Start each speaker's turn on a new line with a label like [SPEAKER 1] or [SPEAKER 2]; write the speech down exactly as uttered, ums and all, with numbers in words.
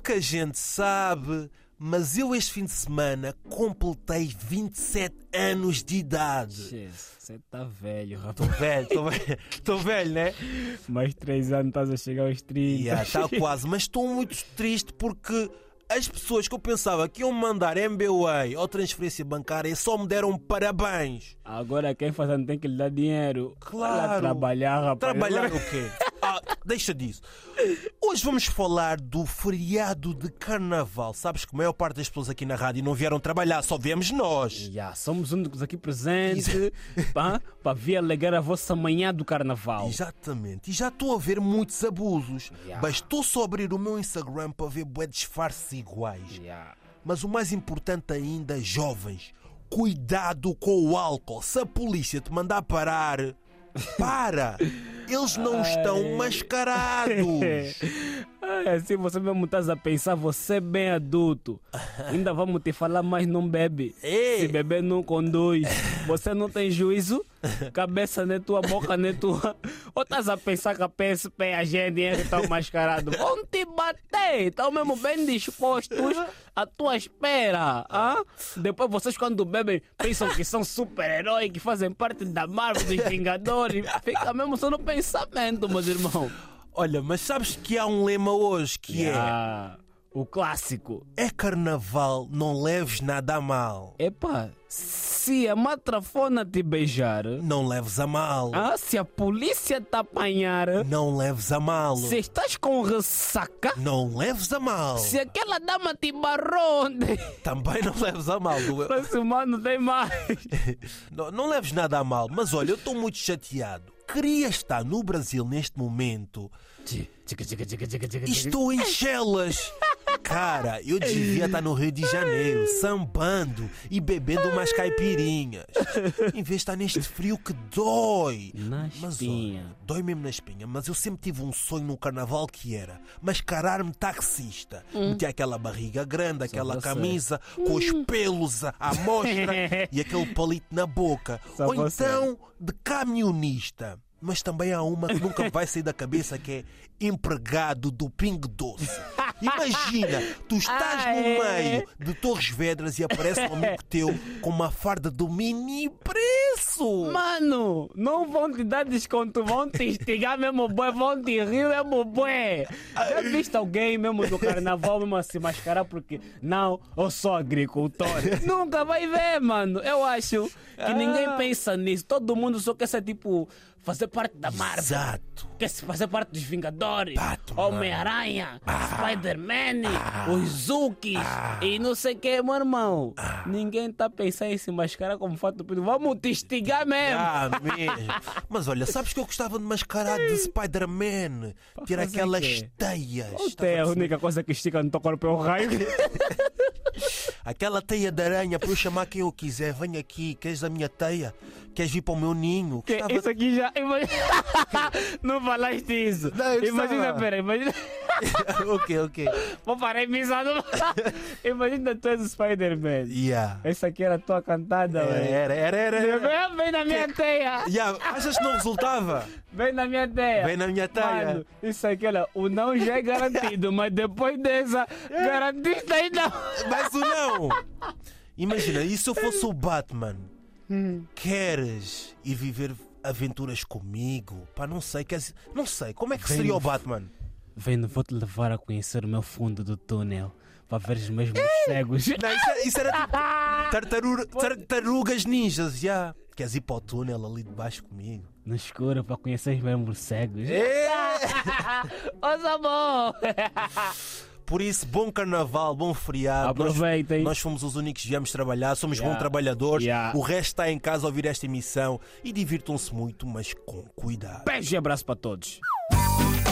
[SPEAKER 1] Pouca gente sabe, mas eu este fim de semana completei vinte e sete anos de idade.
[SPEAKER 2] Você tá velho, rapaz.
[SPEAKER 1] Estou velho, estou velho, estou velho, né?
[SPEAKER 2] Mais três anos estás a chegar aos trinta.
[SPEAKER 1] Yeah, está quase, mas estou muito triste porque as pessoas que eu pensava que iam mandar M B W A ou transferência bancária só me deram parabéns.
[SPEAKER 2] Agora quem faz não tem que lhe dar dinheiro.
[SPEAKER 1] Claro.
[SPEAKER 2] Vai lá trabalhar, rapaz.
[SPEAKER 1] Trabalhar
[SPEAKER 2] Agora...
[SPEAKER 1] o quê? Ah, deixa disso. Hoje vamos falar do feriado de Carnaval. Sabes que a maior parte das pessoas aqui na rádio não vieram trabalhar, só viemos nós.
[SPEAKER 2] Yeah, somos únicos aqui presentes para vir alegar a vossa manhã do Carnaval.
[SPEAKER 1] Exatamente. E já estou a ver muitos abusos.
[SPEAKER 2] Yeah.
[SPEAKER 1] Bastou só abrir o meu Instagram para ver bué disfarces iguais.
[SPEAKER 2] Yeah.
[SPEAKER 1] Mas o mais importante ainda, jovens, cuidado com o álcool. Se a polícia te mandar parar, para! Eles não estão mascarados.
[SPEAKER 2] Ai, assim você mesmo estás a pensar, você é bem adulto. Ainda vamos te falar, mas não bebe.
[SPEAKER 1] Ei.
[SPEAKER 2] Se beber não conduz. Você não tem juízo? Cabeça nem tua, boca nem tua. Ou estás a pensar que a P S P a gente está mascarado? Vão te bater. Estão mesmo bem dispostos à tua espera. Ah? Depois vocês quando bebem pensam que são super-heróis, que fazem parte da Marvel, dos Vingadores. Fica mesmo só no pensamento, meus irmãos.
[SPEAKER 1] Olha, mas sabes que há um lema hoje que
[SPEAKER 2] Ah, o clássico.
[SPEAKER 1] é: é carnaval, não leves nada a mal.
[SPEAKER 2] Epa, se a matrafona te beijar,
[SPEAKER 1] Não leves a mal.
[SPEAKER 2] ah, se a polícia te apanhar,
[SPEAKER 1] Não leves a mal.
[SPEAKER 2] se estás com ressaca,
[SPEAKER 1] Não leves a mal.
[SPEAKER 2] se aquela dama te barrou,
[SPEAKER 1] Também não leves a mal. Não,
[SPEAKER 2] próximo ano tem mais.
[SPEAKER 1] não, não leves nada a mal. Mas olha, eu estou muito chateado. Queria estar no Brasil neste momento e estou em Chelas. Cara, eu devia estar no Rio de Janeiro, sambando e bebendo umas caipirinhas. Em vez de estar neste frio que dói.
[SPEAKER 2] Na
[SPEAKER 1] Mas
[SPEAKER 2] espinha.
[SPEAKER 1] olha, dói mesmo na espinha. Mas eu sempre tive um sonho no carnaval que era mascarar-me taxista. Meter aquela barriga grande, aquela
[SPEAKER 2] você.
[SPEAKER 1] camisa com os pelos à à mostra e aquele palito na boca.
[SPEAKER 2] Só
[SPEAKER 1] Ou
[SPEAKER 2] você.
[SPEAKER 1] então de camionista. Mas também há uma que nunca vai sair da cabeça, que é empregado do Pingo Doce. Imagina, tu estás
[SPEAKER 2] Ah,
[SPEAKER 1] no
[SPEAKER 2] é?
[SPEAKER 1] meio de Torres Vedras e aparece um amigo teu com uma farda do mini preço.
[SPEAKER 2] Mano, não vão te dar desconto, vão te instigar mesmo, bué, vão te rir mesmo, bué. Já viste alguém mesmo do carnaval mesmo a se mascarar porque não, eu sou agricultor? Nunca vai ver, mano. Eu acho que ninguém pensa nisso. Todo mundo só quer ser tipo, fazer parte da Marvel.
[SPEAKER 1] Exato.
[SPEAKER 2] Quer se fazer parte dos Vingadores,
[SPEAKER 1] Batman.
[SPEAKER 2] Homem-Aranha, Spider-Man, os Zukis e não sei o que, meu irmão. Ninguém tá pensando em se mascarar como fato do Pedro. Vamos te instigar mesmo.
[SPEAKER 1] Ah, mesmo. Mas olha, sabes que eu gostava de mascarar de Spider-Man? Ter
[SPEAKER 2] fazer
[SPEAKER 1] aquelas
[SPEAKER 2] quê?
[SPEAKER 1] teias.
[SPEAKER 2] Até é a única coisa que estica no teu corpo é o raio.
[SPEAKER 1] Aquela teia de aranha para eu chamar quem eu quiser. Vem aqui, queres a minha teia? Queres vir para o meu ninho?
[SPEAKER 2] Que
[SPEAKER 1] Gostava
[SPEAKER 2] isso aqui já. Imagina... Não falaste isso.
[SPEAKER 1] Não, eu
[SPEAKER 2] Imagina,
[SPEAKER 1] gostava.
[SPEAKER 2] pera, imagina.
[SPEAKER 1] ok, ok.
[SPEAKER 2] Vou parar em missão. Imagina tu és o Spider-Man.
[SPEAKER 1] Yeah.
[SPEAKER 2] Essa aqui era a tua cantada,
[SPEAKER 1] Era,
[SPEAKER 2] velho.
[SPEAKER 1] era, era, era. era.
[SPEAKER 2] Vem, vem na minha teia.
[SPEAKER 1] Yeah. Achas que não resultava?
[SPEAKER 2] Vem na minha teia.
[SPEAKER 1] Vem na minha teia.
[SPEAKER 2] Mano, isso aqui, olha, o não já é garantido, mas depois dessa, garantista ainda.
[SPEAKER 1] Mas o não! Imagina, e se eu fosse o Batman? Queres ir viver aventuras comigo? Pá, não sei, queres... não sei, como é que
[SPEAKER 2] Vem
[SPEAKER 1] seria
[SPEAKER 2] no
[SPEAKER 1] o Batman?
[SPEAKER 2] Vem, vou-te levar a conhecer o meu fundo do túnel, para ver os mesmos cegos.
[SPEAKER 1] Não, isso, era- isso era tipo tartaru- tartarugas ninjas, já. Queres ir para o túnel ali de baixo comigo?
[SPEAKER 2] No escuro, para conhecer os mesmos cegos.
[SPEAKER 1] É.
[SPEAKER 2] Ouça bom!
[SPEAKER 1] Por isso, bom carnaval, bom feriado.
[SPEAKER 2] Aproveitem.
[SPEAKER 1] Nós, nós fomos os únicos que viemos trabalhar, somos
[SPEAKER 2] Yeah.
[SPEAKER 1] bons trabalhadores.
[SPEAKER 2] Yeah.
[SPEAKER 1] O resto está em casa a ouvir esta emissão e divirtam-se muito, mas com cuidado.
[SPEAKER 2] Beijo e abraço para todos.